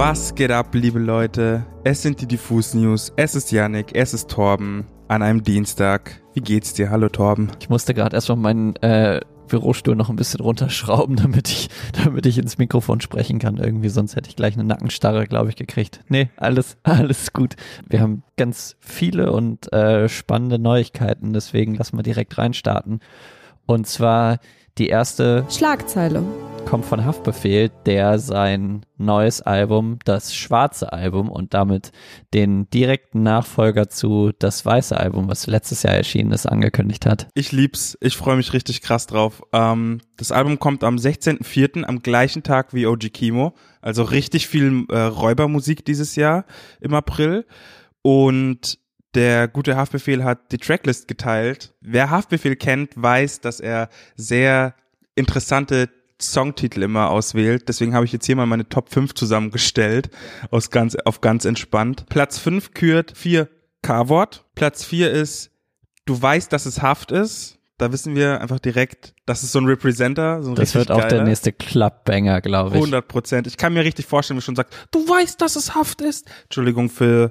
Was geht ab, liebe Leute? Es sind die Diffus News. Es ist Yannick, es ist Torben an einem Dienstag. Wie geht's dir? Hallo Torben. Ich musste gerade erstmal meinen Bürostuhl noch ein bisschen runterschrauben, damit ich ins Mikrofon sprechen kann irgendwie, sonst hätte ich gleich eine Nackenstarre, glaube ich, gekriegt. Nee, alles gut. Wir haben ganz viele und spannende Neuigkeiten, deswegen lassen wir direkt reinstarten. Und zwar die erste Schlagzeile kommt von Haftbefehl, der sein neues Album, das schwarze Album und damit den direkten Nachfolger zu das weiße Album, was letztes Jahr erschienen ist, angekündigt hat. Ich lieb's, ich freue mich richtig krass drauf. Das Album kommt am 16.04., am gleichen Tag wie OG Kimo, also richtig viel Räubermusik dieses Jahr im April, und der gute Haftbefehl hat die Tracklist geteilt. Wer Haftbefehl kennt, weiß, dass er sehr interessante Songtitel immer auswählt. Deswegen habe ich jetzt hier mal meine Top 5 zusammengestellt, auf ganz entspannt. Platz 5 kürt 4 K-Wort. Platz 4 ist Du weißt, dass es Haft ist. Da wissen wir einfach direkt, das ist so ein Representer. So ein das wird auch geiler. Der nächste Clubbanger, glaube ich. 100%. Ich kann mir richtig vorstellen, wie schon sagt, du weißt, dass es Haft ist. Entschuldigung für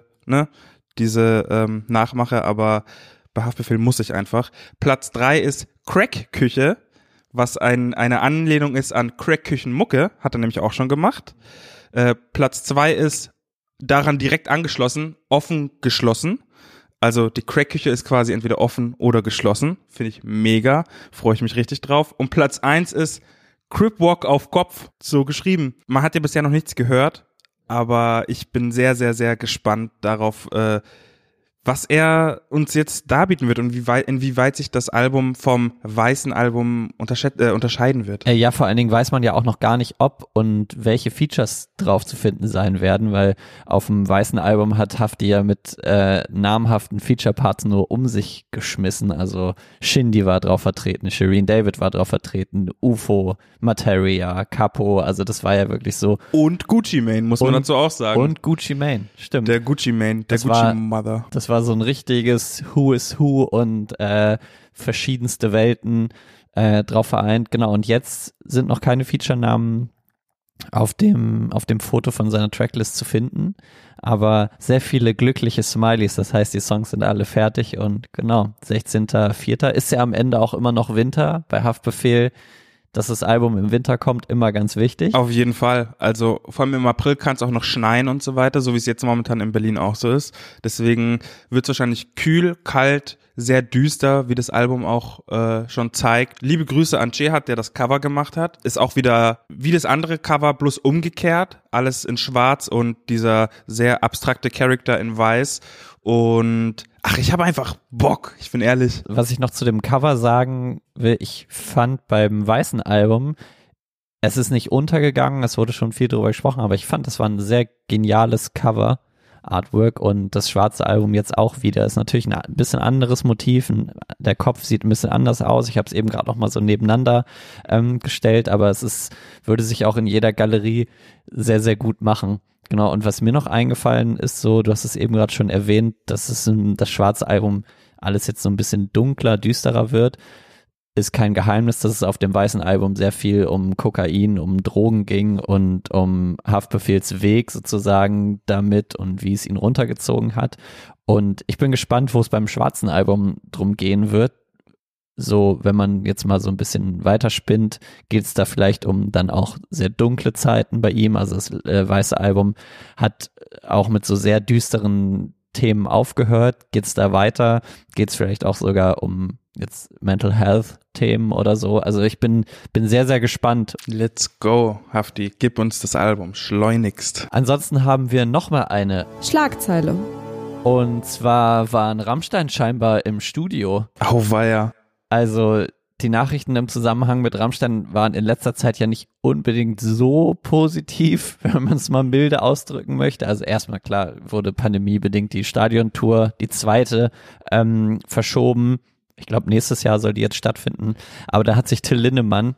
diese Nachmache, aber bei Haftbefehl muss ich einfach. Platz 3 ist Crack-Küche, was eine Anlehnung ist an Crack-Küchen-Mucke, hat er nämlich auch schon gemacht. Platz 2 ist daran direkt angeschlossen, offen geschlossen. Also die Crack-Küche ist quasi entweder offen oder geschlossen. Finde ich mega, freue ich mich richtig drauf. Und Platz 1 ist Crip Walk auf Kopf, so geschrieben. Man hat ja bisher noch nichts gehört, aber ich bin sehr, sehr, sehr gespannt darauf, was er uns jetzt darbieten wird und inwieweit sich das Album vom weißen Album unterscheiden wird. Ja, vor allen Dingen weiß man ja auch noch gar nicht, ob und welche Features drauf zu finden sein werden, weil auf dem weißen Album hat Hafti ja mit namhaften Feature-Parts nur um sich geschmissen. Also Shindy war drauf vertreten, Shireen David war drauf vertreten, UFO, Materia, Capo, also das war ja wirklich so. Und Gucci Mane, muss man dazu auch sagen. Und Gucci Mane, stimmt. Der Gucci Mane, der Gucci Mother. Das war so ein richtiges Who is Who und verschiedenste Welten drauf vereint. Genau, und jetzt sind noch keine Feature-Namen auf dem Foto von seiner Tracklist zu finden, aber sehr viele glückliche Smileys, das heißt, die Songs sind alle fertig und genau, 16.04. ist ja am Ende auch immer noch Winter bei Haftbefehl. Dass das Album im Winter kommt, immer ganz wichtig. Auf jeden Fall. Also vor allem im April kann es auch noch schneien und so weiter, so wie es jetzt momentan in Berlin auch so ist. Deswegen wird es wahrscheinlich kühl, kalt, sehr düster, wie das Album auch schon zeigt. Liebe Grüße an Cihat, der das Cover gemacht hat. Ist auch wieder wie das andere Cover, bloß umgekehrt. Alles in schwarz und dieser sehr abstrakte Charakter in weiß. Und ich habe einfach Bock, ich bin ehrlich. Was ich noch zu dem Cover sagen will, ich fand beim weißen Album, es ist nicht untergegangen, es wurde schon viel drüber gesprochen, aber ich fand, das war ein sehr geniales Cover, Artwork, und das schwarze Album jetzt auch wieder. Ist natürlich ein bisschen anderes Motiv, der Kopf sieht ein bisschen anders aus, ich habe es eben gerade noch mal so nebeneinander gestellt, aber würde sich auch in jeder Galerie sehr, sehr gut machen. Genau, und was mir noch eingefallen ist, so, du hast es eben gerade schon erwähnt, dass das schwarze Album alles jetzt so ein bisschen dunkler, düsterer wird. Ist kein Geheimnis, dass es auf dem weißen Album sehr viel um Kokain, um Drogen ging und um Haftbefehls Weg sozusagen damit und wie es ihn runtergezogen hat. Und ich bin gespannt, wo es beim schwarzen Album drum gehen wird. So, wenn man jetzt mal so ein bisschen weiterspinnt, geht es da vielleicht um dann auch sehr dunkle Zeiten bei ihm. Also das weiße Album hat auch mit so sehr düsteren Themen aufgehört. Geht es da weiter? Geht es vielleicht auch sogar um jetzt Mental Health Themen oder so? Also ich bin sehr, sehr gespannt. Let's go, Hafti, gib uns das Album schleunigst. Ansonsten haben wir nochmal eine Schlagzeile. Und zwar waren Rammstein scheinbar im Studio. Auweia. Also die Nachrichten im Zusammenhang mit Rammstein waren in letzter Zeit ja nicht unbedingt so positiv, wenn man es mal milde ausdrücken möchte. Also erstmal klar wurde pandemiebedingt die Stadiontour, die zweite, verschoben. Ich glaube, nächstes Jahr soll die jetzt stattfinden. Aber da hat sich Till Lindemann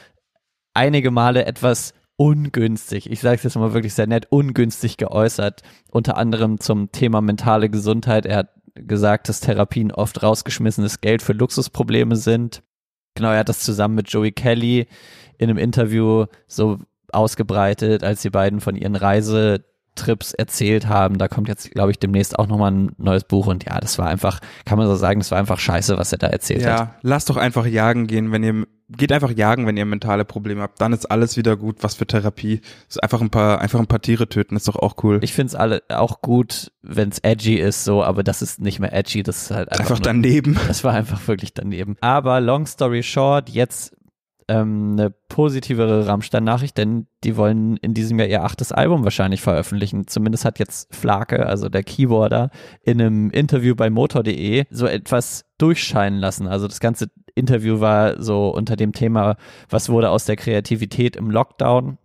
einige Male etwas ungünstig, ich sage es jetzt mal wirklich sehr nett, ungünstig geäußert. Unter anderem zum Thema mentale Gesundheit. Er hat gesagt, dass Therapien oft rausgeschmissenes Geld für Luxusprobleme sind. Genau, er hat das zusammen mit Joey Kelly in einem Interview so ausgebreitet, als die beiden von ihren Reisetrips erzählt haben. Da kommt jetzt, glaube ich, demnächst auch nochmal ein neues Buch und ja, das war einfach, kann man so sagen, das war einfach scheiße, was er da erzählt hat. Ja, lasst doch einfach jagen gehen, geht einfach jagen, wenn ihr mentale Probleme habt. Dann ist alles wieder gut. Was für Therapie. Ist einfach ein paar Tiere töten, ist doch auch cool. Ich finde es auch gut, wenn es edgy ist, so, aber das ist nicht mehr edgy, das ist halt einfach daneben. Das war einfach wirklich daneben. Aber long story short, jetzt eine positivere Rammstein-Nachricht, denn die wollen in diesem Jahr ihr 8. Album wahrscheinlich veröffentlichen. Zumindest hat jetzt Flake, also der Keyboarder, in einem Interview bei motor.de so etwas durchscheinen lassen. Also das ganze Interview war so unter dem Thema, was wurde aus der Kreativität im Lockdown?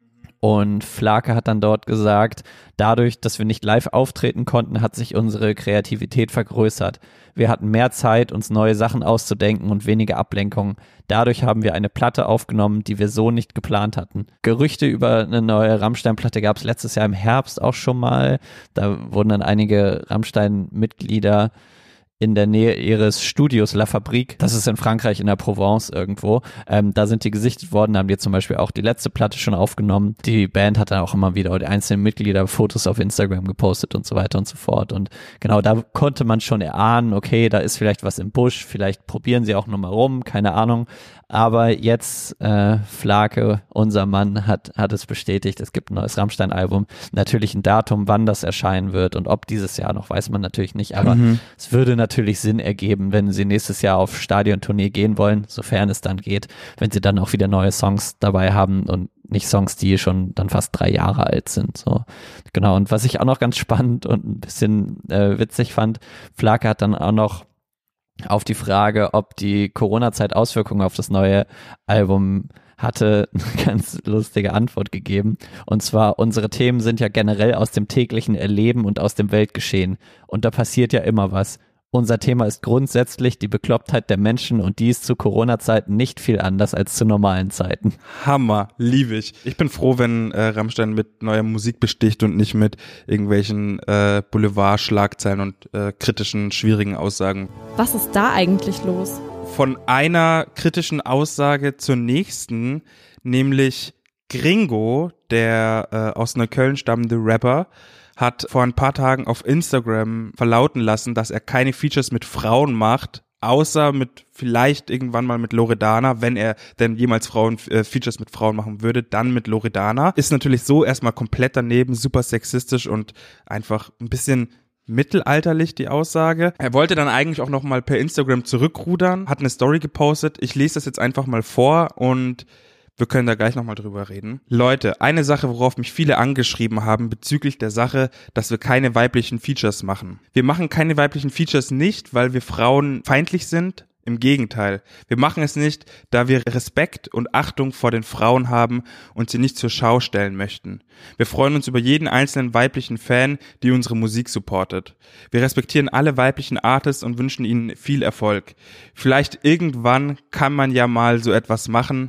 Und Flake hat dann dort gesagt, dadurch, dass wir nicht live auftreten konnten, hat sich unsere Kreativität vergrößert. Wir hatten mehr Zeit, uns neue Sachen auszudenken und weniger Ablenkung. Dadurch haben wir eine Platte aufgenommen, die wir so nicht geplant hatten. Gerüchte über eine neue Rammstein-Platte gab es letztes Jahr im Herbst auch schon mal. Da wurden dann einige Rammstein-Mitglieder in der Nähe ihres Studios La Fabrique, das ist in Frankreich in der Provence irgendwo, da sind die gesichtet worden, da haben die zum Beispiel auch die letzte Platte schon aufgenommen. Die Band hat dann auch immer wieder, die einzelnen Mitglieder, Fotos auf Instagram gepostet und so weiter und so fort und genau, da konnte man schon erahnen, okay, da ist vielleicht was im Busch, vielleicht probieren sie auch nochmal rum, keine Ahnung, aber jetzt Flake, unser Mann, hat es bestätigt, es gibt ein neues Rammstein-Album, natürlich ein Datum, wann das erscheinen wird und ob dieses Jahr noch, weiß man natürlich nicht, aber es würde natürlich Sinn ergeben, wenn sie nächstes Jahr auf Stadiontournee gehen wollen, sofern es dann geht, wenn sie dann auch wieder neue Songs dabei haben und nicht Songs, die schon dann fast 3 Jahre alt sind. So genau. Und was ich auch noch ganz spannend und ein bisschen witzig fand, Flake hat dann auch noch auf die Frage, ob die Corona-Zeit Auswirkungen auf das neue Album hatte, eine ganz lustige Antwort gegeben. Und zwar, unsere Themen sind ja generell aus dem täglichen Erleben und aus dem Weltgeschehen. Und da passiert ja immer was. Unser Thema ist grundsätzlich die Beklopptheit der Menschen und die ist zu Corona-Zeiten nicht viel anders als zu normalen Zeiten. Hammer, liebe ich. Ich bin froh, wenn Rammstein mit neuer Musik besticht und nicht mit irgendwelchen Boulevard-Schlagzeilen und kritischen, schwierigen Aussagen. Was ist da eigentlich los? Von einer kritischen Aussage zur nächsten, nämlich Gringo, der aus Neukölln stammende Rapper, hat vor ein paar Tagen auf Instagram verlauten lassen, dass er keine Features mit Frauen macht, außer mit vielleicht irgendwann mal mit Loredana, wenn er denn jemals Features mit Frauen machen würde, dann mit Loredana. Ist natürlich so erstmal komplett daneben, super sexistisch und einfach ein bisschen mittelalterlich, die Aussage. Er wollte dann eigentlich auch nochmal per Instagram zurückrudern, hat eine Story gepostet. Ich lese das jetzt einfach mal vor und wir können da gleich nochmal drüber reden. Leute, eine Sache, worauf mich viele angeschrieben haben bezüglich der Sache, dass wir keine weiblichen Features machen. Wir machen keine weiblichen Features nicht, weil wir frauenfeindlich sind. Im Gegenteil. Wir machen es nicht, da wir Respekt und Achtung vor den Frauen haben und sie nicht zur Schau stellen möchten. Wir freuen uns über jeden einzelnen weiblichen Fan, die unsere Musik supportet. Wir respektieren alle weiblichen Artists und wünschen ihnen viel Erfolg. Vielleicht irgendwann kann man ja mal so etwas machen,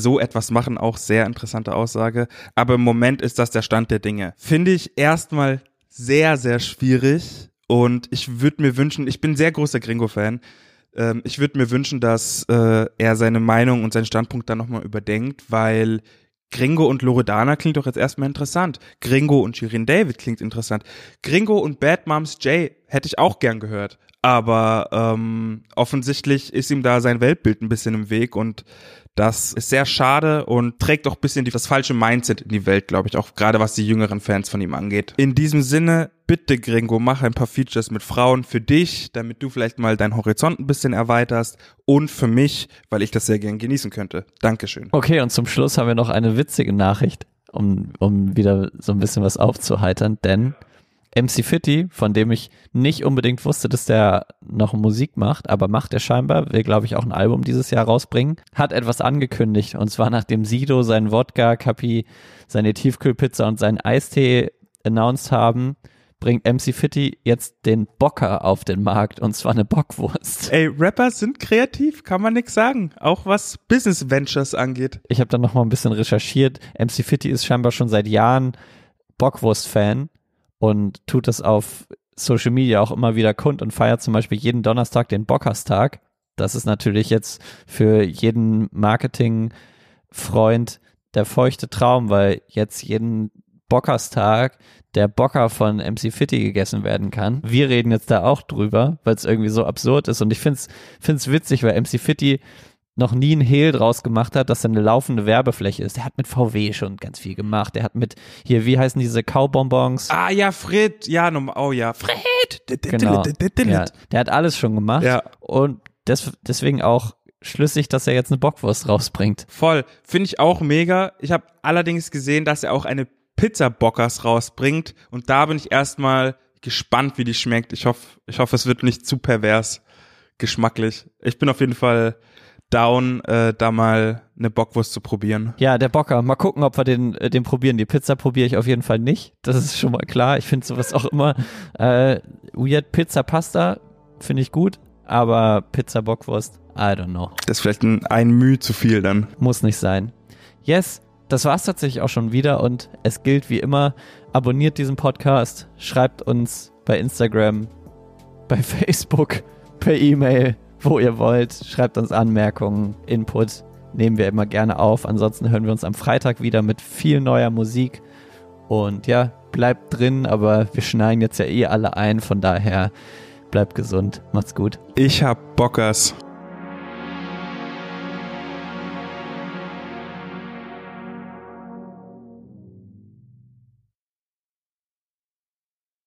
auch sehr interessante Aussage, aber im Moment ist das der Stand der Dinge. Finde ich erstmal sehr, sehr schwierig und ich würde mir wünschen, ich bin ein sehr großer Gringo-Fan, ich würde mir wünschen, dass er seine Meinung und seinen Standpunkt dann nochmal überdenkt, weil Gringo und Loredana klingt doch jetzt erstmal interessant. Gringo und Shirin David klingt interessant. Gringo und Bad Moms J hätte ich auch gern gehört. Aber offensichtlich ist ihm da sein Weltbild ein bisschen im Weg und das ist sehr schade und trägt auch ein bisschen das falsche Mindset in die Welt, glaube ich, auch gerade was die jüngeren Fans von ihm angeht. In diesem Sinne, bitte Gringo, mach ein paar Features mit Frauen für dich, damit du vielleicht mal deinen Horizont ein bisschen erweiterst und für mich, weil ich das sehr gern genießen könnte. Dankeschön. Okay, und zum Schluss haben wir noch eine witzige Nachricht, um wieder so ein bisschen was aufzuheitern, denn MC Fitti, von dem ich nicht unbedingt wusste, dass der noch Musik macht, aber macht er scheinbar, will glaube ich auch ein Album dieses Jahr rausbringen, hat etwas angekündigt und zwar nachdem Sido seinen Wodka, Kapi, seine Tiefkühlpizza und seinen Eistee announced haben, bringt MC Fitti jetzt den Bocker auf den Markt und zwar eine Bockwurst. Ey, Rapper sind kreativ, kann man nix sagen, auch was Business Ventures angeht. Ich habe dann noch mal ein bisschen recherchiert, MC Fitti ist scheinbar schon seit Jahren Bockwurst-Fan und tut das auf Social Media auch immer wieder kund und feiert zum Beispiel jeden Donnerstag den Bockerstag. Das ist natürlich jetzt für jeden Marketing-Freund der feuchte Traum, weil jetzt jeden Bockerstag der Bocker von MC Fitti gegessen werden kann. Wir reden jetzt da auch drüber, weil es irgendwie so absurd ist und ich find's witzig, weil MC Fitti noch nie einen Hehl draus gemacht hat, dass er eine laufende Werbefläche ist. Der hat mit VW schon ganz viel gemacht. Der hat mit, hier, wie heißen diese Kaubonbons? Ah ja, Fred. Ja, oh ja, Fred. Genau. Ja, der hat alles schon gemacht. Ja. Und deswegen auch schlüssig, dass er jetzt eine Bockwurst rausbringt. Voll. Finde ich auch mega. Ich habe allerdings gesehen, dass er auch eine Pizza-Bockers rausbringt. Und da bin ich erstmal gespannt, wie die schmeckt. Ich hoffe, es wird nicht zu pervers geschmacklich. Ich bin auf jeden Fall down, da mal eine Bockwurst zu probieren. Ja, der Bocker. Mal gucken, ob wir den probieren. Die Pizza probiere ich auf jeden Fall nicht. Das ist schon mal klar. Ich finde sowas auch immer weird. Pizza Pasta finde ich gut, aber Pizza Bockwurst, I don't know. Das ist vielleicht ein Mühe zu viel dann. Muss nicht sein. Yes, das war's tatsächlich auch schon wieder und es gilt wie immer, abonniert diesen Podcast, schreibt uns bei Instagram, bei Facebook, per E-Mail, wo ihr wollt, schreibt uns Anmerkungen, Input, nehmen wir immer gerne auf. Ansonsten hören wir uns am Freitag wieder mit viel neuer Musik. Und ja, bleibt drin, aber wir schneiden jetzt ja alle ein, von daher bleibt gesund, macht's gut. Ich hab Bockers.